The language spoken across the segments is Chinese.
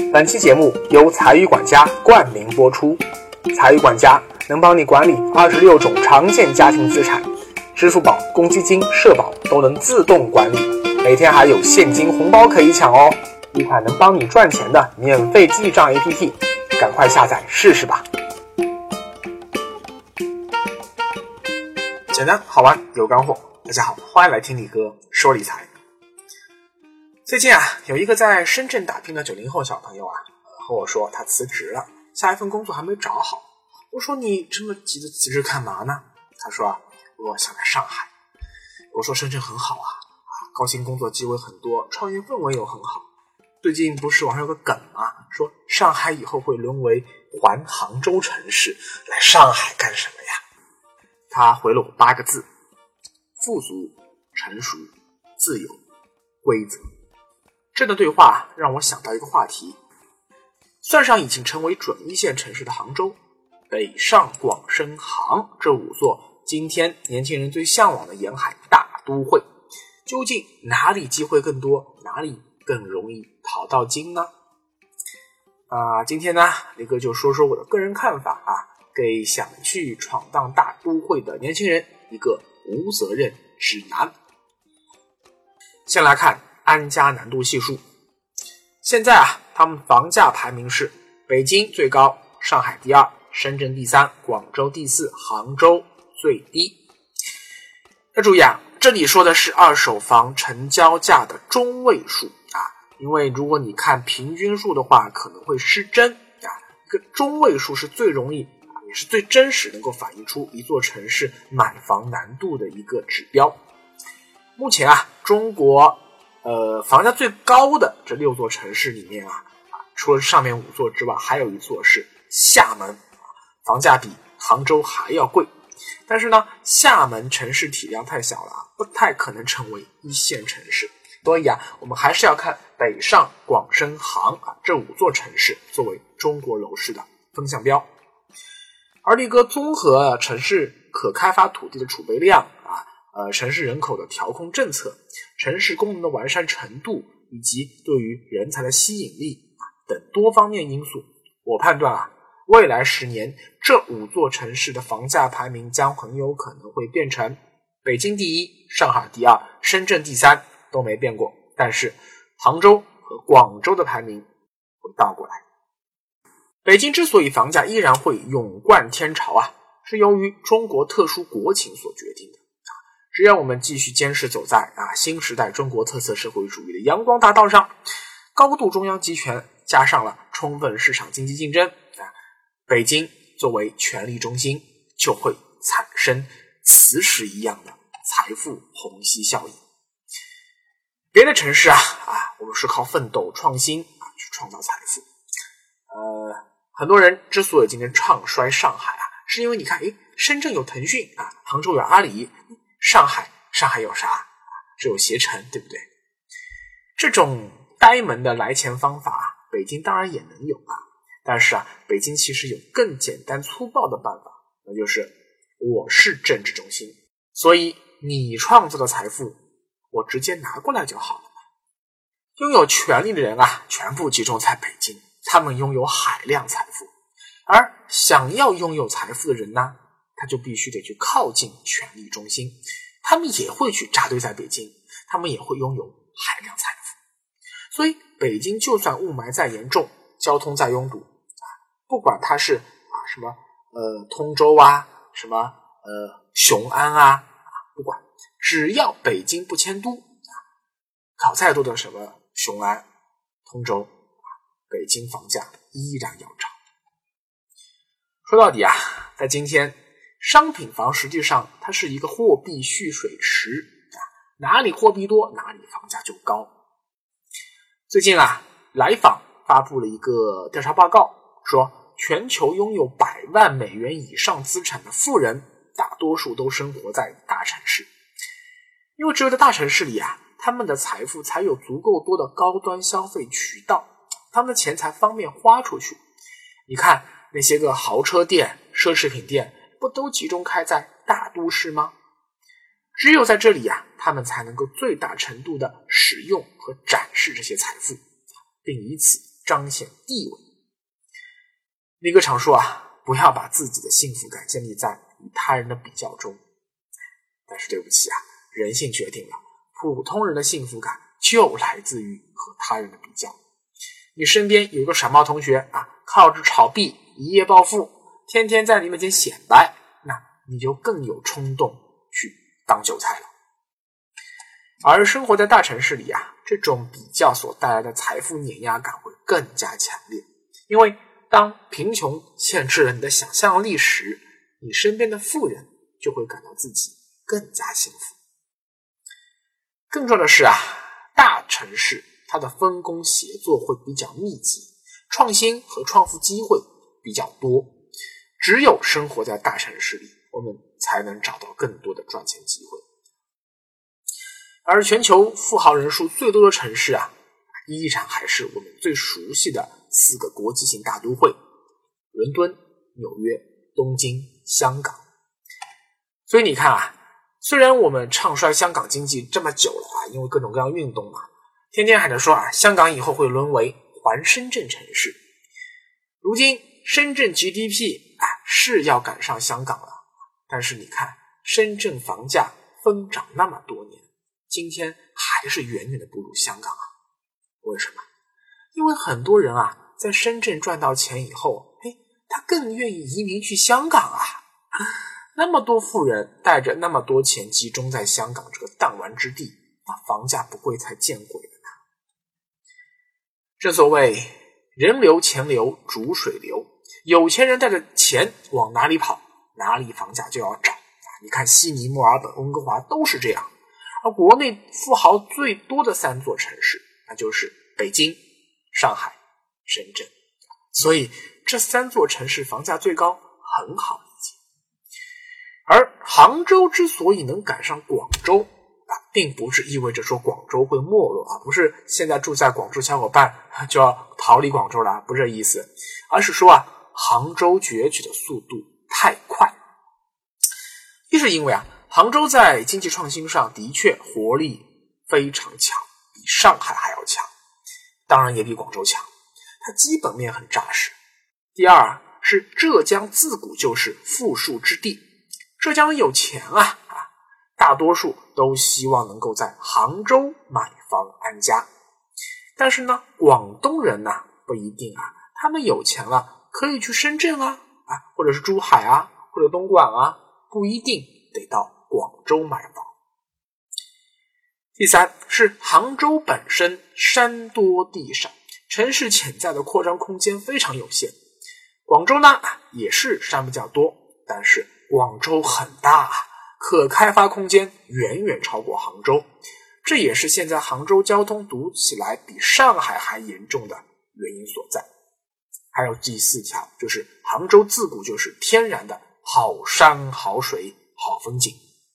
本期节目由财语管家冠名播出。财语管家能帮你管理26种常见家庭资产，支付宝、公积金、社保都能自动管理，每天还有现金红包可以抢哦！一款能帮你赚钱的免费记账 APP， 赶快下载试试吧。简单好玩有干货，大家好，欢迎来听李哥说理财。最近有一个在深圳打拼的90后小朋友和我说他辞职了，下一份工作还没找好。我说你这么急着辞职干嘛呢？他说我想来上海。我说深圳很好高薪工作机会很多，创业氛围又很好。最近不是网上有个梗吗？说上海以后会沦为环杭州城市，来上海干什么呀？他回了我8个字：富足、成熟、自由、规则。这段对话让我想到一个话题，算上已经成为准一线城市的杭州，北上广深杭这5座今天年轻人最向往的沿海大都会，究竟哪里机会更多，哪里更容易淘到金呢？今天呢，李哥就说说我的个人看法给想去闯荡大都会的年轻人一个无责任指南。先来看安家难度系数。现在他们房价排名是北京最高，上海第2，深圳第3，广州第4，杭州最低。要注意这里说的是二手房成交价的中位数因为如果你看平均数的话可能会失真一个中位数是最容易也是最真实能够反映出一座城市买房难度的一个指标。目前中国房价最高的这6座城市里面除了上面5座之外，还有一座是厦门，房价比杭州还要贵。但是呢，厦门城市体量太小了不太可能成为一线城市。所以我们还是要看北上广深杭这5座城市作为中国楼市的风向标。而李哥综合城市可开发土地的储备量城市人口的调控政策，城市功能的完善程度，以及对于人才的吸引力等多方面因素，我判断未来10年这5座城市的房价排名将很有可能会变成北京第1，上海第2，深圳第3都没变过，但是杭州和广州的排名会倒过来。北京之所以房价依然会勇冠天朝是由于中国特殊国情所决定的。只要我们继续坚持走在新时代中国特色社会主义的阳光大道上，高度中央集权加上了充分市场经济竞争北京作为权力中心就会产生磁石一样的财富虹吸效应。别的城市我们是靠奋斗创新去创造财富。很多人之所以今天唱衰上海是因为你看深圳有腾讯杭州有阿里，上海有啥？只有携程，对不对？这种呆萌的来钱方法北京当然也能有但是北京其实有更简单粗暴的办法，那就是我是政治中心，所以你创造的财富我直接拿过来就好了。拥有权力的人全部集中在北京，他们拥有海量财富，而想要拥有财富的人呢，他就必须得去靠近权力中心，他们也会去扎堆在北京，他们也会拥有海量财富。所以北京就算雾霾再严重，交通再拥堵不管它是什么通州什么雄安不管，只要北京不迁都考再多的什么雄安通州北京房价依然要涨。说到底在今天商品房实际上它是一个货币蓄水池哪里货币多哪里房价就高。最近来访发布了一个调查报告，说全球拥有100万美元以上资产的富人大多数都生活在大城市，因为只有在大城市里他们的财富才有足够多的高端消费渠道，他们的钱才方便花出去。你看那些个豪车店奢侈品店不都集中开在大都市吗？只有在这里他们才能够最大程度的使用和展示这些财富，并以此彰显地位。力哥常说不要把自己的幸福感建立在与他人的比较中。但是对不起人性决定了，普通人的幸福感就来自于和他人的比较。你身边有一个傻帽同学靠着炒币一夜暴富，天天在你面前显摆，那你就更有冲动去当韭菜了。而生活在大城市里这种比较所带来的财富碾压感会更加强烈。因为当贫穷限制了你的想象力时，你身边的富人就会感到自己更加幸福。更重要的是大城市它的分工协作会比较密集，创新和创富机会比较多。只有生活在大城市里，我们才能找到更多的赚钱机会。而全球富豪人数最多的城市依然还是我们最熟悉的4个国际性大都会：伦敦、纽约、东京、香港。所以你看虽然我们唱衰香港经济这么久了因为各种各样运动天天还在说香港以后会沦为环深圳城市。如今深圳 GDP 是要赶上香港了，但是你看深圳房价疯涨那么多年，今天还是远远的不如香港为什么？因为很多人在深圳赚到钱以后他更愿意移民去香港那么多富人带着那么多钱集中在香港这个弹丸之地，那房价不会才见鬼了呢。正所谓人流钱流逐水流，有钱人带着钱往哪里跑，哪里房价就要涨你看悉尼、墨尔本、温哥华都是这样。而国内富豪最多的3座城市，那就是北京、上海、深圳。所以这3座城市房价最高很好理解。而杭州之所以能赶上广州并不是意味着说广州会没落不是现在住在广州小伙伴就要逃离广州了不是这意思，而是说杭州崛起的速度太快。一是因为杭州在经济创新上的确活力非常强，比上海还要强，当然也比广州强，它基本面很扎实。第二是浙江自古就是富庶之地，浙江人有钱大多数都希望能够在杭州买房安家。但是呢，广东人不一定他们有钱了可以去深圳或者是珠海或者东莞不一定得到广州买房。第三是杭州本身山多地少，城市潜在的扩张空间非常有限。广州呢也是山比较多，但是广州很大可开发空间远远超过杭州，这也是现在杭州交通堵起来比上海还严重的原因所在。还有第4条，就是杭州自古就是天然的好山好水好风景。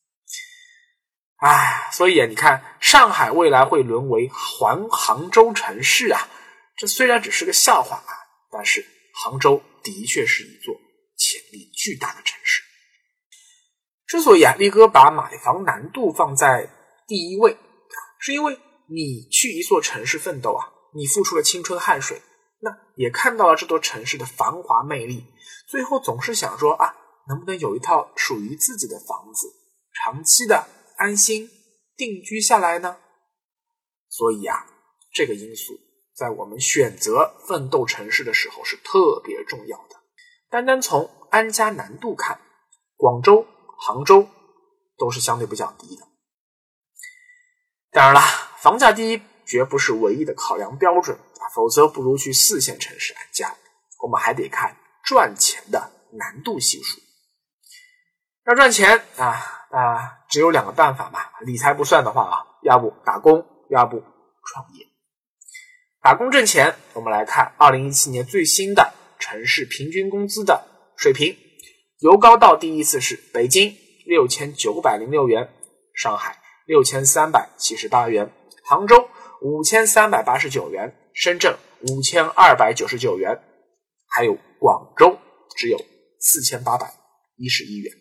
所以你看上海未来会沦为环杭州城市这虽然只是个笑话但是杭州的确是一座潜力巨大的城市。之所以力哥把买房难度放在第1位是因为你去一座城市奋斗你付出了青春汗水，那也看到了这座城市的繁华魅力，最后总是想说能不能有一套属于自己的房子，长期的安心定居下来呢？所以这个因素在我们选择奋斗城市的时候是特别重要的。单单从安家难度看，广州、杭州都是相对比较低的。当然了，房价低绝不是唯一的考量标准否则不如去4线城市安家。我们还得看赚钱的难度系数。要赚钱只有2个办法理财不算的话要不打工，要不创业。打工挣钱，我们来看2017年最新的城市平均工资的水平。由高到低依次是北京6906元，上海6378元，杭州5389元，深圳5299元，还有广州只有4811元。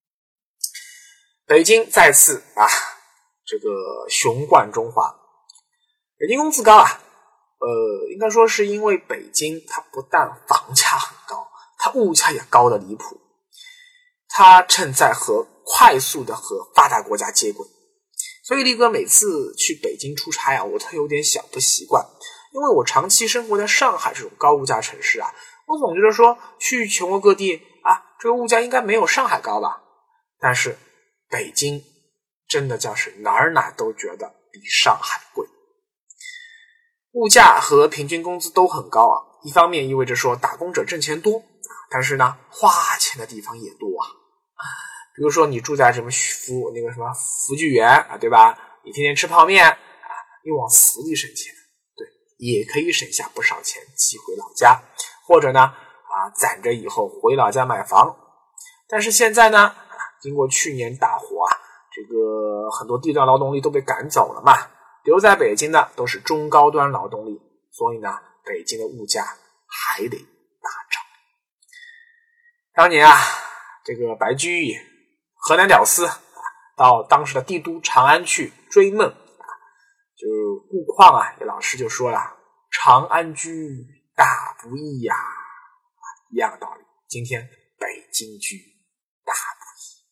北京再次这个雄冠中华。北京工资高应该说是因为北京它不但房价很高，它物价也高的离谱，它正在快速的和发达国家接轨。所以力哥每次去北京出差啊，我都有点小不习惯，因为我长期生活在上海这种高物价城市啊，我总觉得说去全国各地啊，这个物价应该没有上海高吧。但是北京真的叫是哪儿都觉得比上海贵，物价和平均工资都很高啊。一方面意味着说打工者挣钱多，但是呢花钱的地方也多啊。比如说你住在什么福聚园啊，对吧？你天天吃泡面啊，你往死里省钱，对，也可以省下不少钱寄回老家，或者呢攒着以后回老家买房。但是现在呢经过去年大火啊，这个很多低端劳动力都被赶走了嘛，留在北京的都是中高端劳动力，所以呢北京的物价还得大涨。当年啊，这个白居易河南屌丝到当时的帝都长安去追梦就顾况啊，老师就说了，长安居大不易呀，一样的道理。今天北京居大不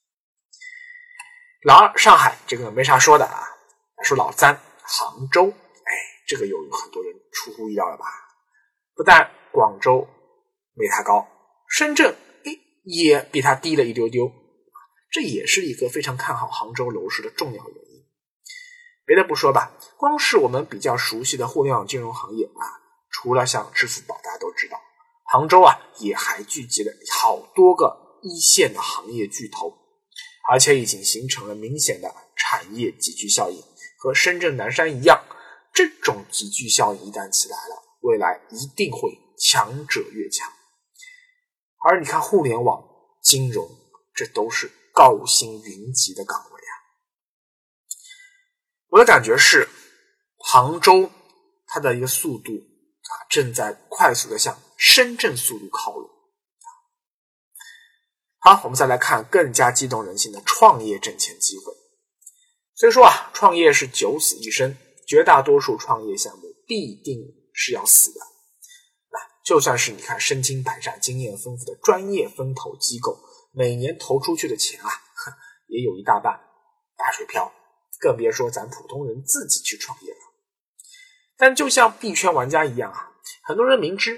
易。老二上海这个没啥说的啊，说老三杭州，这个有很多人出乎意料了吧？不但广州没它高，深圳也比它低了一丢丢，这也是一个非常看好杭州楼市的重要原因。别的不说吧，光是我们比较熟悉的互联网金融行业除了像支付宝大家都知道，杭州也还聚集了好多个一线的行业巨头，而且已经形成了明显的产业集聚效应，和深圳南山一样，这种集聚效应一旦起来了，未来一定会强者越强。而你看互联网、金融，这都是高薪云集的岗位啊。我的感觉是，杭州它的一个速度正在快速的向深圳速度靠拢。好，我们再来看更加激动人心的创业挣钱机会。所以说创业是九死一生，绝大多数创业项目必定是要死的。就算是你看身经百战、经验丰富的专业风投机构，每年投出去的钱也有一大半打水漂，更别说咱普通人自己去创业了。但就像币圈玩家一样很多人明知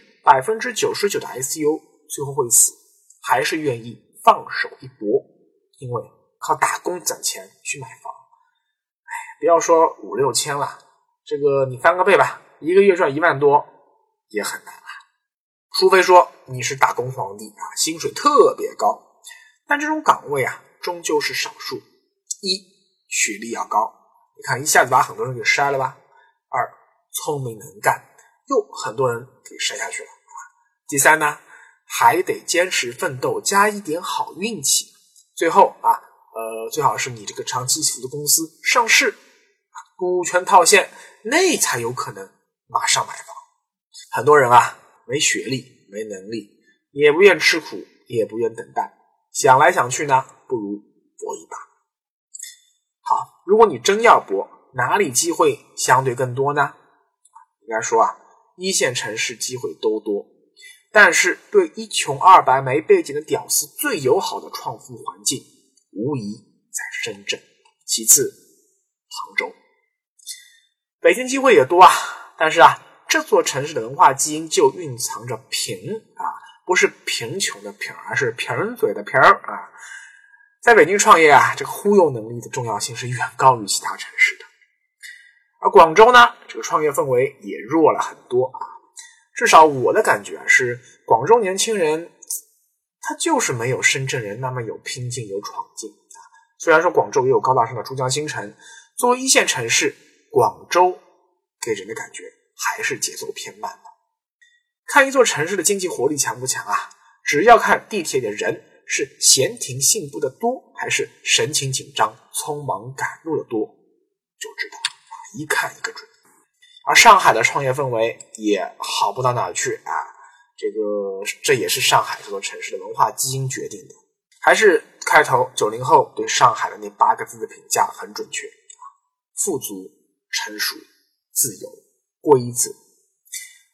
99% 的 ICO 最后会死，还是愿意放手一搏，因为靠打工攒钱去买房，不要说5、6千了，这个你翻个倍吧，一个月赚1万多也很难除非说你是打工皇帝薪水特别高，但这种岗位终究是少数。一，学历要高，你看一下子把很多人给筛了吧。二，聪明能干，又很多人给筛下去了。第三呢，还得坚持奋斗加一点好运气。最后最好是你这个长期起伏的公司上市，股权套现，那才有可能马上买房。很多人没学历没能力，也不愿吃苦，也不愿等待，想来想去呢，不如搏一把。好，如果你真要搏，哪里机会相对更多呢？应该说一线城市机会都多，但是对一穷二白没背景的屌丝最友好的创富环境无疑在深圳，其次杭州。北京机会也多但是这座城市的文化基因就蕴藏着不是贫穷的贫，而是贫人嘴的贫在北京创业这个忽悠能力的重要性是远高于其他城市的。而广州呢，这个创业氛围也弱了很多至少我的感觉是，广州年轻人他就是没有深圳人那么有拼劲有闯劲虽然说广州也有高大上的珠江新城，作为一线城市，广州给人的感觉还是节奏偏慢的。看一座城市的经济活力强不强只要看地铁的人是闲庭信步的多，还是神情紧张匆忙赶路的多，就知道一看一个准。而上海的创业氛围也好不到哪去这也是上海这座城市的文化基因决定的。还是开头90后对上海的那8个字的评价很准确，富足、成熟、自由、规则。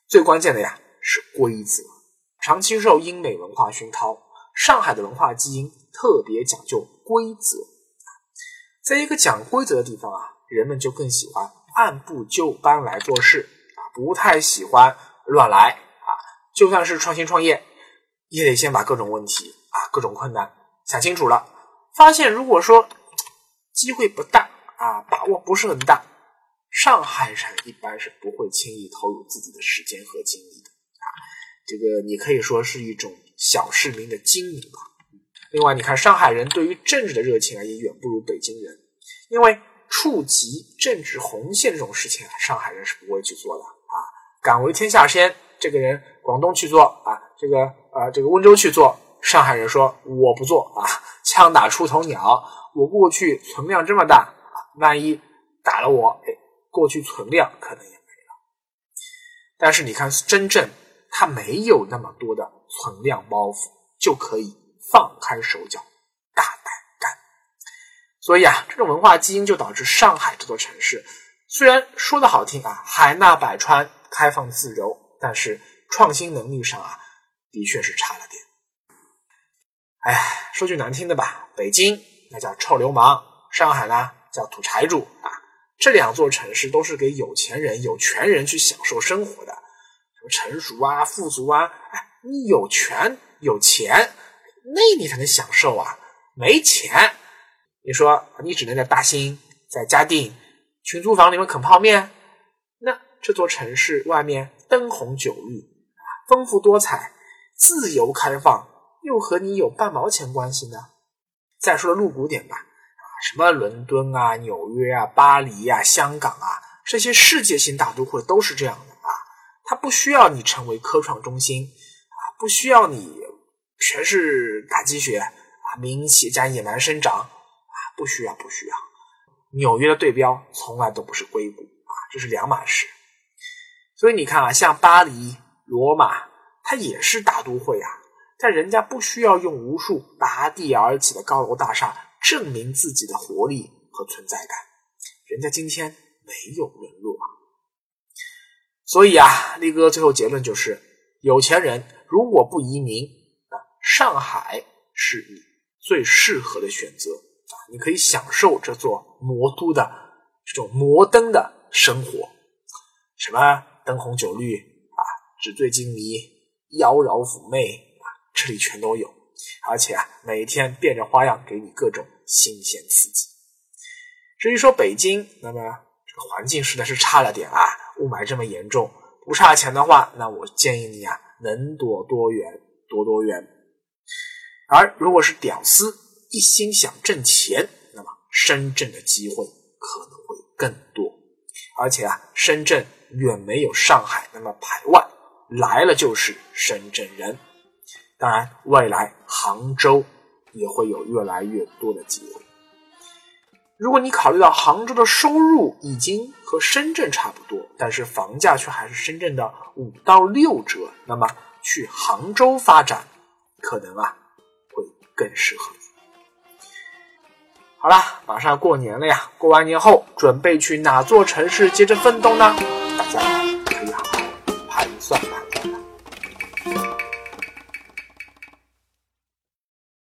最关键的呀是规则。长期受英美文化熏陶，上海的文化基因特别讲究规则。在一个讲规则的地方啊，人们就更喜欢按部就班来做事不太喜欢乱来就算是创新创业，也得先把各种问题各种困难想清楚了，发现如果说机会不大把握不是很大，上海人一般是不会轻易投入自己的时间和精力的这个你可以说是一种小市民的精明吧。另外你看上海人对于政治的热情也远不如北京人，因为触及政治红线这种事情上海人是不会去做的敢为天下先，这个人广东去做这个温州去做，上海人说我不做枪打出头鸟，我过去存量这么大万一打了我过去存量可能也没了。但是你看深圳它没有那么多的存量包袱，就可以放开手脚大胆干。所以这种文化基因就导致上海这座城市虽然说的好听海纳百川开放自由，但是创新能力上的确是差了点。说句难听的吧，北京那叫臭流氓，上海呢叫土财主这两座城市都是给有钱人有权人去享受生活的，什么成熟富足你有权有钱那你才能享受没钱你说你只能在大兴在嘉定群租房里面啃泡面，那这座城市外面灯红酒绿丰富多彩自由开放，又和你有半毛钱关系呢？再说露骨点吧什么伦敦纽约巴黎香港这些世界性大都会都是这样的它不需要你成为科创中心不需要你全是打鸡血民营企业家野蛮生长不需要。纽约的对标从来都不是硅谷这是两码事。所以你看像巴黎罗马它也是大都会但人家不需要用无数拔地而起的高楼大厦证明自己的活力和存在感，人家今天没有沦落所以力哥最后结论就是有钱人如果不移民上海是你最适合的选择你可以享受这座魔都的这种摩登的生活，什么灯红酒绿纸醉金迷妖娆妩媚这里全都有，而且每天变着花样给你各种新鲜刺激。至于说北京，那么这个环境实在是差了点雾霾这么严重，不差钱的话，那我建议你能躲多远躲多远。而如果是屌丝一心想挣钱，那么深圳的机会可能会更多，而且深圳远没有上海那么排外，来了就是深圳人。当然未来杭州也会有越来越多的机会。如果你考虑到杭州的收入已经和深圳差不多，但是房价却还是深圳的5到6折，那么去杭州发展可能会更适合你。好啦，马上过年了呀，过完年后准备去哪座城市接着奋斗呢？